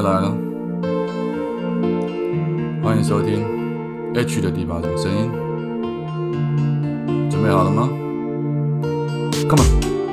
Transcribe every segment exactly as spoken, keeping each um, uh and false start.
又来了，欢迎收听 H 的第八种声音，准备好了吗 ？Come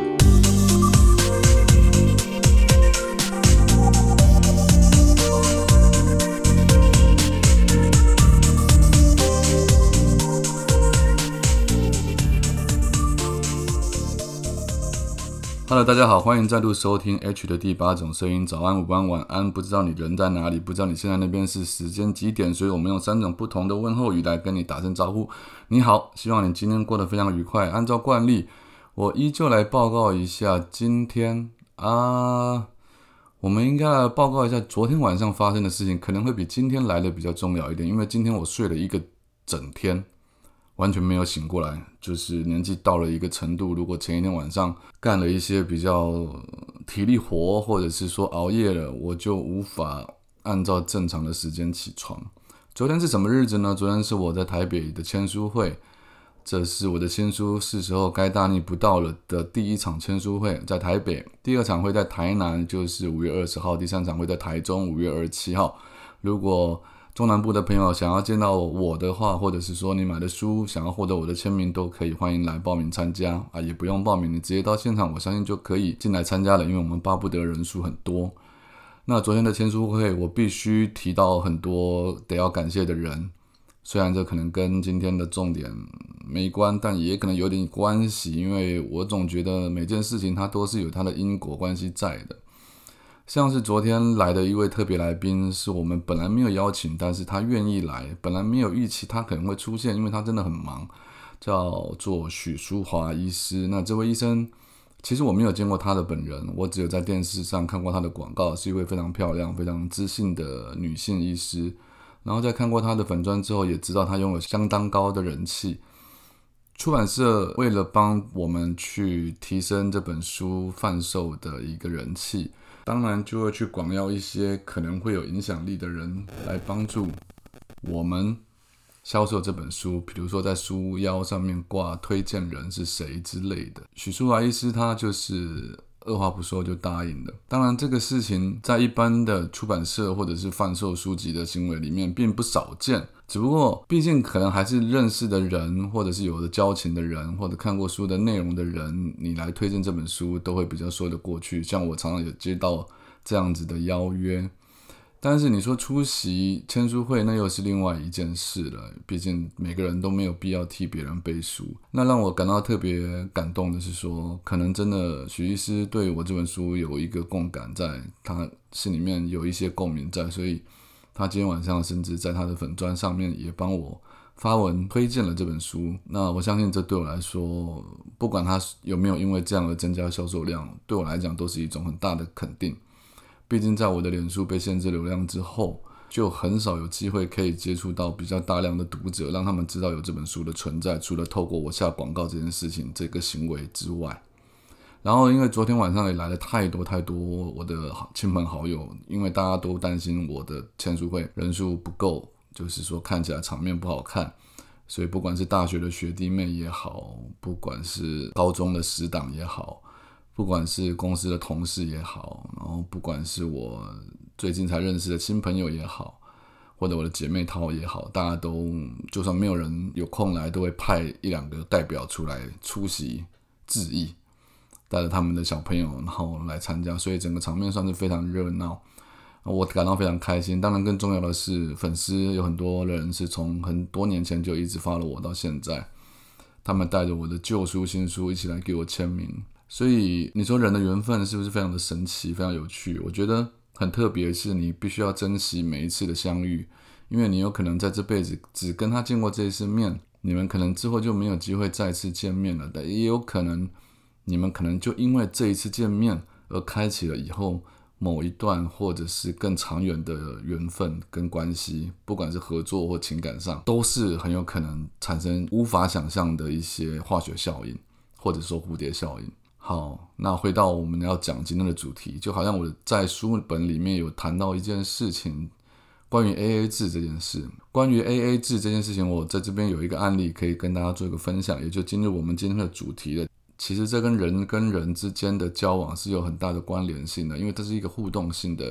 on！Hello， 大家好，欢迎再度收听 H 的第八种声音。早安、午安、晚安，不知道你人在哪里，不知道你现在那边是时间几点，所以我们用三种不同的问候语来跟你打声招呼。你好，希望你今天过得非常愉快。按照惯例，我依旧来报告一下今天啊，我们应该来报告一下昨天晚上发生的事情，可能会比今天来的比较重要一点，因为今天我睡了一个整天。完全没有醒过来，就是年纪到了一个程度，如果前一天晚上干了一些比较体力活，或者是说熬夜了，我就无法按照正常的时间起床。昨天是什么日子呢？昨天是我在台北的签书会，这是我的新书是时候该大逆不道了的第一场签书会，在台北，第二场会在台南，就是五月二十号，第三场会在台中，五月二十七号。如果中南部的朋友想要见到我的话，或者是说你买的书想要获得我的签名，都可以欢迎来报名参加啊，也不用报名，你直接到现场，我相信就可以进来参加了，因为我们巴不得人数很多。那昨天的签书会，我必须提到很多得要感谢的人，虽然这可能跟今天的重点没关，但也可能有点关系，因为我总觉得每件事情它都是有它的因果关系在的。像是昨天来的一位特别来宾，是我们本来没有邀请，但是他愿意来，本来没有预期他可能会出现，因为他真的很忙，叫做许淑华医师。那这位医生其实我没有见过他的本人，我只有在电视上看过他的广告，是一位非常漂亮非常知性的女性医师，然后在看过他的粉专之后，也知道他拥有相当高的人气。出版社为了帮我们去提升这本书贩售的一个人气，当然就会去广邀一些可能会有影响力的人来帮助我们销售这本书，比如说在书腰上面挂推荐人是谁之类的。许淑华医师他就是二话不说就答应了。当然这个事情在一般的出版社或者是贩售书籍的行为里面并不少见，只不过毕竟可能还是认识的人，或者是有的交情的人，或者看过书的内容的人，你来推荐这本书都会比较说得过去。像我常常有接到这样子的邀约，但是你说出席签书会，那又是另外一件事了，毕竟每个人都没有必要替别人背书。那让我感到特别感动的是说，可能真的许医师对我这本书有一个共感在，他心里面有一些共鸣在，所以他今天晚上甚至在他的粉专上面也帮我发文推荐了这本书。那我相信这对我来说，不管他有没有因为这样而增加销售量，对我来讲都是一种很大的肯定。毕竟在我的脸书被限制流量之后，就很少有机会可以接触到比较大量的读者，让他们知道有这本书的存在，除了透过我下广告这件事情这个行为之外。然后因为昨天晚上也来了太多太多我的亲朋好友，因为大家都担心我的签书会人数不够，就是说看起来场面不好看，所以不管是大学的学弟妹也好，不管是高中的死党也好，不管是公司的同事也好，然后不管是我最近才认识的新朋友也好，或者我的姐妹淘也好，大家都就算没有人有空来，都会派一两个代表出来出席致意，带着他们的小朋友然后来参加，所以整个场面算是非常热闹，我感到非常开心。当然更重要的是，粉丝有很多人是从很多年前就一直 follow 我到现在，他们带着我的旧书新书一起来给我签名。所以你说人的缘分是不是非常的神奇，非常有趣？我觉得很特别，是你必须要珍惜每一次的相遇，因为你有可能在这辈子只跟他见过这一次面，你们可能之后就没有机会再次见面了，但也有可能你们可能就因为这一次见面而开启了以后某一段或者是更长远的缘分跟关系，不管是合作或情感上，都是很有可能产生无法想象的一些化学效应，或者说蝴蝶效应。好，那回到我们要讲今天的主题，就好像我在书本里面有谈到一件事情，关于 A A 制这件事。关于 A A 制这件事情，我在这边有一个案例可以跟大家做一个分享，也就进入我们今天的主题了。其实这跟人跟人之间的交往是有很大的关联性的，因为这是一个互动性的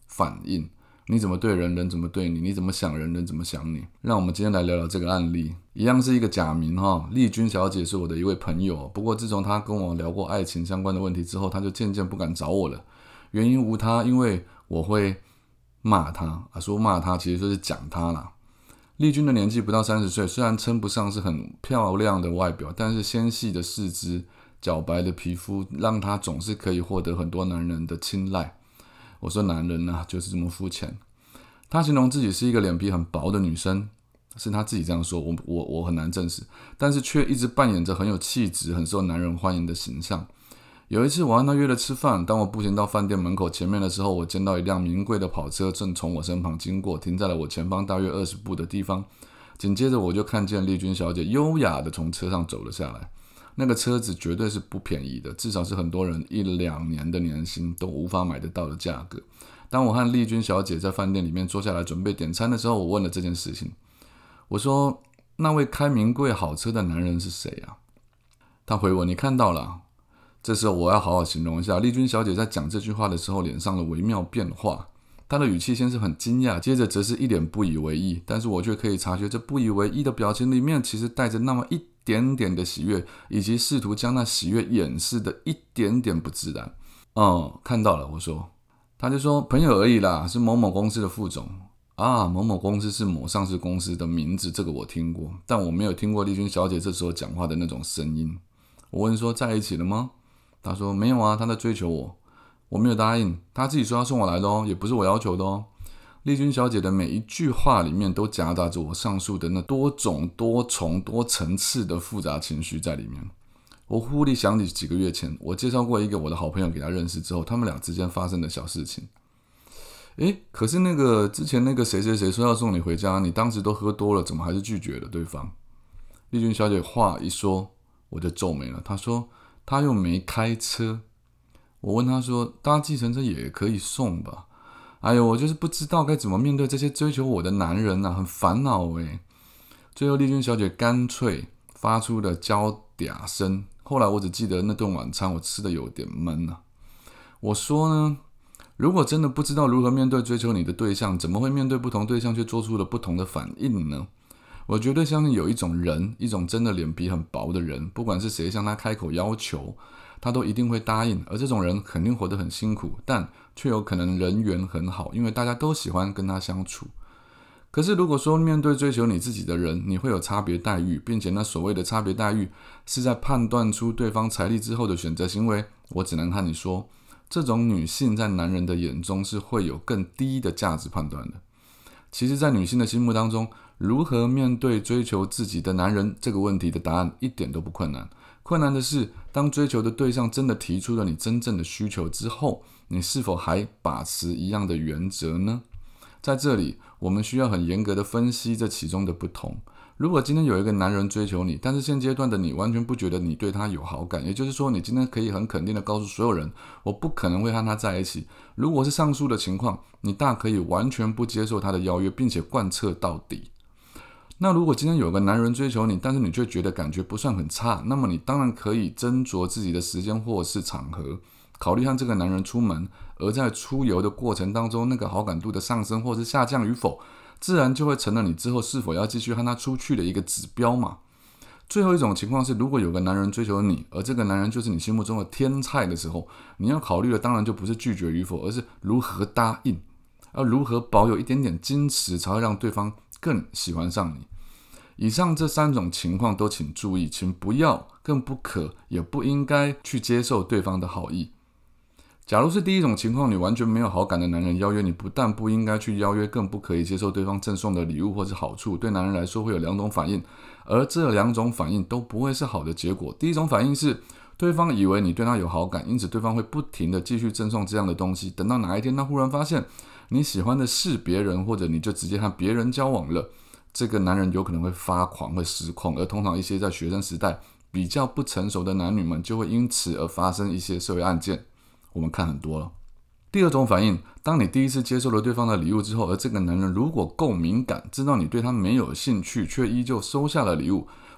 反应。你怎么对人，人怎么对你，你怎么想人，人怎么想你。让我们今天来聊聊这个案例，一样是一个假名哈，丽君小姐是我的一位朋友，不过自从她跟我聊过爱情相关的问题之后，她就渐渐不敢找我了。原因无他，因为我会骂她啊，说骂她其实就是讲她啦。丽君的年纪不到三十岁，虽然称不上是很漂亮的外表，但是纤细的四肢、皎白的皮肤，让她总是可以获得很多男人的青睐。我说男人啊，就是这么肤浅。她形容自己是一个脸皮很薄的女生，是她自己这样说，我我我很难证实，但是却一直扮演着很有气质、很受男人欢迎的形象。有一次我和她约了吃饭，当我步行到饭店门口前面的时候，我见到一辆名贵的跑车正从我身旁经过，停在了我前方大约二十步的地方。紧接着我就看见丽君小姐优雅地从车上走了下来。那个车子绝对是不便宜的，至少是很多人一两年的年薪都无法买得到的价格。当我和丽君小姐在饭店里面坐下来准备点餐的时候，我问了这件事情。我说，那位开名贵好车的男人是谁啊？她回我，你看到了。这时候我要好好形容一下，丽君小姐在讲这句话的时候脸上的微妙变化。她的语气先是很惊讶，接着则是一脸不以为意，但是我却可以察觉这不以为意的表情里面其实带着那么一点点的喜悦，以及试图将那喜悦掩饰的一点点不自然。哦，看到了，我说。他就说朋友而已啦，是某某公司的副总啊，某某公司是某上市公司的名字，这个我听过，但我没有听过丽君小姐这时候讲话的那种声音。我问说在一起了吗？他说没有啊，他在追求我，我没有答应，他自己说要送我来的哦，也不是我要求的哦。丽君小姐的每一句话里面都夹杂着我上述的那多种多重多层次的复杂情绪在里面。我忽地想起几个月前我介绍过一个我的好朋友给他认识之后，他们俩之间发生的小事情。诶，可是那个之前那个谁谁谁说要送你回家，你当时都喝多了，怎么还是拒绝了对方？丽君小姐话一说我就皱眉了，她说她又没开车。我问她说搭计程车也可以送吧？哎呦，我就是不知道该怎么面对这些追求我的男人啊，很烦恼诶。最后丽君小姐干脆发出了娇嗲声，后来我只记得那顿晚餐我吃的有点闷啊。我说呢，如果真的不知道如何面对追求你的对象，怎么会面对不同对象却做出了不同的反应呢？我绝对相信有一种人，一种真的脸皮很薄的人，不管是谁向他开口要求，他都一定会答应，而这种人肯定活得很辛苦，但却有可能人缘很好，因为大家都喜欢跟他相处。可是如果说面对追求你自己的人，你会有差别待遇，并且那所谓的差别待遇是在判断出对方财力之后的选择行为，我只能和你说，这种女性在男人的眼中是会有更低的价值判断的。其实在女性的心目当中，如何面对追求自己的男人这个问题的答案一点都不困难，困难的是当追求的对象真的提出了你真正的需求之后，你是否还把持一样的原则呢？在这里我们需要很严格的分析这其中的不同。如果今天有一个男人追求你，但是现阶段的你完全不觉得你对他有好感，也就是说你今天可以很肯定的告诉所有人，我不可能会和他在一起。如果是上述的情况，你大可以完全不接受他的邀约，并且贯彻到底。那如果今天有个男人追求你，但是你却觉得感觉不算很差，那么你当然可以斟酌自己的时间或是场合，考虑和这个男人出门，而在出游的过程当中，那个好感度的上升或是下降与否，自然就会成了你之后是否要继续和他出去的一个指标嘛。最后一种情况是，如果有个男人追求你，而这个男人就是你心目中的天菜的时候，你要考虑的当然就不是拒绝与否，而是如何答应，而如何保有一点点矜持，才会让对方更喜欢上你。以上这三种情况都请注意，请不要，更不可，也不应该去接受对方的好意。假如是第一种情况，你完全没有好感的男人邀约你，不但不应该去邀约，更不可以接受对方赠送的礼物或是好处。对男人来说会有两种反应，而这两种反应都不会是好的结果。第一种反应是对方以为你对他有好感，因此对方会不停的继续赠送这样的东西，等到哪一天他忽然发现你喜欢的是别人，或者你就直接和别人交往了，这个男人有可能会发狂，会失控，而通常一些在学生时代比较不成熟的男女们就会因此而发生一些社会案件，我们看很多了。第二种反应，当你第一次接受了对方的礼物之后，而这个男人如果够敏感，知道你对他没有兴趣，却依旧收下了礼物，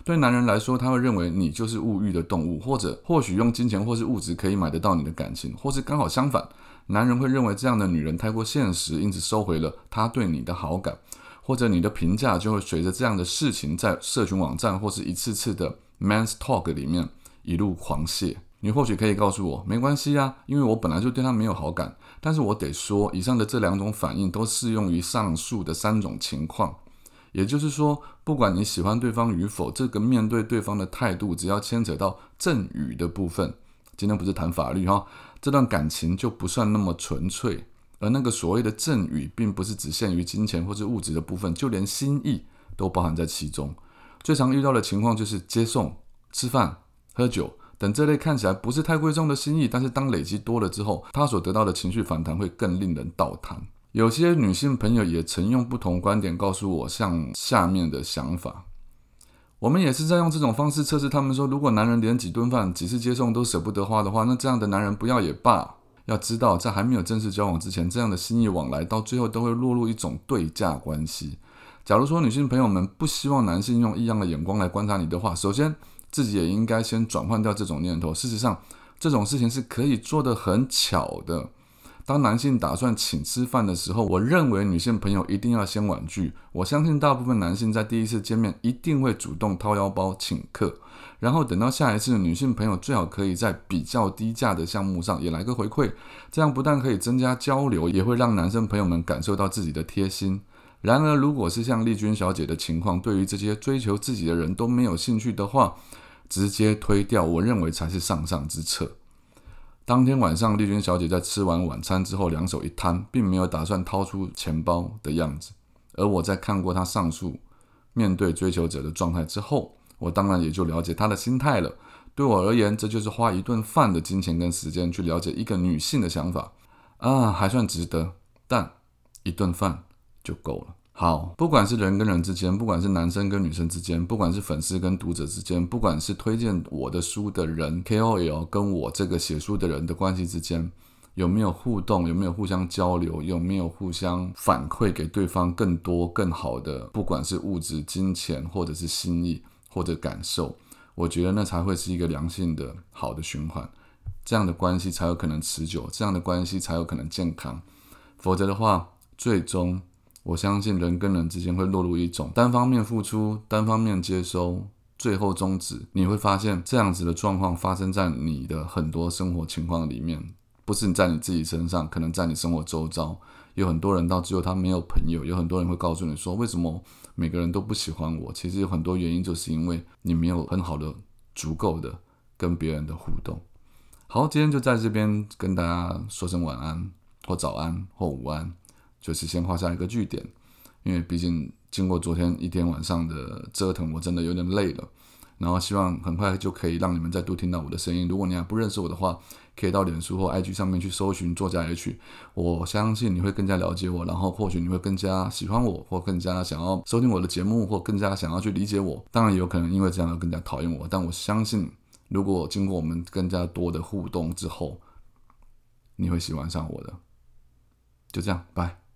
对男人来说，他会认为你就是物欲的动物，或者或许用金钱或是物质可以买得到你的感情，或是刚好相反，男人会认为这样的女人太过现实，因此收回了他对你的好感，或者你的评价就会随着这样的事情在社群网站或是一次次的 Men's Talk 里面一路狂泻。你或许可以告诉我，没关系啊，因为我本来就对他没有好感，但是我得说，以上的这两种反应都适用于上述的三种情况。也就是说，不管你喜欢对方与否，这个面对对方的态度，只要牵扯到赠与的部分，今天不是谈法律哈，这段感情就不算那么纯粹。而那个所谓的赠与，并不是只限于金钱或是物质的部分，就连心意都包含在其中。最常遇到的情况就是接送、吃饭、喝酒等这类看起来不是太贵重的心意，但是当累积多了之后，他所得到的情绪反弹会更令人倒弹。有些女性朋友也曾用不同观点告诉我像下面的想法。我们也是在用这种方式测试他们说，如果男人连几顿饭、几次接送都舍不得花的话，那这样的男人不要也罢。要知道，在还没有正式交往之前，这样的心意往来到最后都会落入一种对价关系。假如说女性朋友们不希望男性用异样的眼光来观察你的话，首先自己也应该先转换掉这种念头。事实上，这种事情是可以做得很巧的。当男性打算请吃饭的时候，我认为女性朋友一定要先婉拒。我相信大部分男性在第一次见面一定会主动掏腰包请客，然后等到下一次，女性朋友最好可以在比较低价的项目上也来个回馈，这样不但可以增加交流，也会让男生朋友们感受到自己的贴心。然而，如果是像丽君小姐的情况，对于这些追求自己的人都没有兴趣的话，直接推掉，我认为才是上上之策。当天晚上，丽君小姐在吃完晚餐之后，两手一摊，并没有打算掏出钱包的样子。而我在看过她上述面对追求者的状态之后，我当然也就了解她的心态了。对我而言，这就是花一顿饭的金钱跟时间去了解一个女性的想法啊，还算值得，但一顿饭就够了。好，不管是人跟人之间，不管是男生跟女生之间，不管是粉丝跟读者之间，不管是推荐我的书的人 K O L 跟我这个写书的人的关系之间，有没有互动，有没有互相交流，有没有互相反馈给对方更多更好的，不管是物质、金钱，或者是心意或者感受，我觉得那才会是一个良性的好的循环，这样的关系才有可能持久，这样的关系才有可能健康。否则的话，最终我相信人跟人之间会落入一种单方面付出、单方面接收，最后终止。你会发现这样子的状况发生在你的很多生活情况里面，不是在你自己身上，可能在你生活周遭。有很多人到最后他没有朋友，有很多人会告诉你说，为什么每个人都不喜欢我？其实有很多原因，就是因为你没有很好的、足够的跟别人的互动。好，今天就在这边跟大家说声晚安，或早安，或午安。就是先画下一个句点，因为毕竟经过昨天一天晚上的折腾，我真的有点累了。然后希望很快就可以让你们再度听到我的声音。如果你还不认识我的话，可以到脸书或 I G 上面去搜寻作家 H， 我相信你会更加了解我，然后或许你会更加喜欢我，或更加想要收听我的节目，或更加想要去理解我。当然也有可能因为这样而更加讨厌我，但我相信如果经过我们更加多的互动之后，你会喜欢上我的。就这样，拜。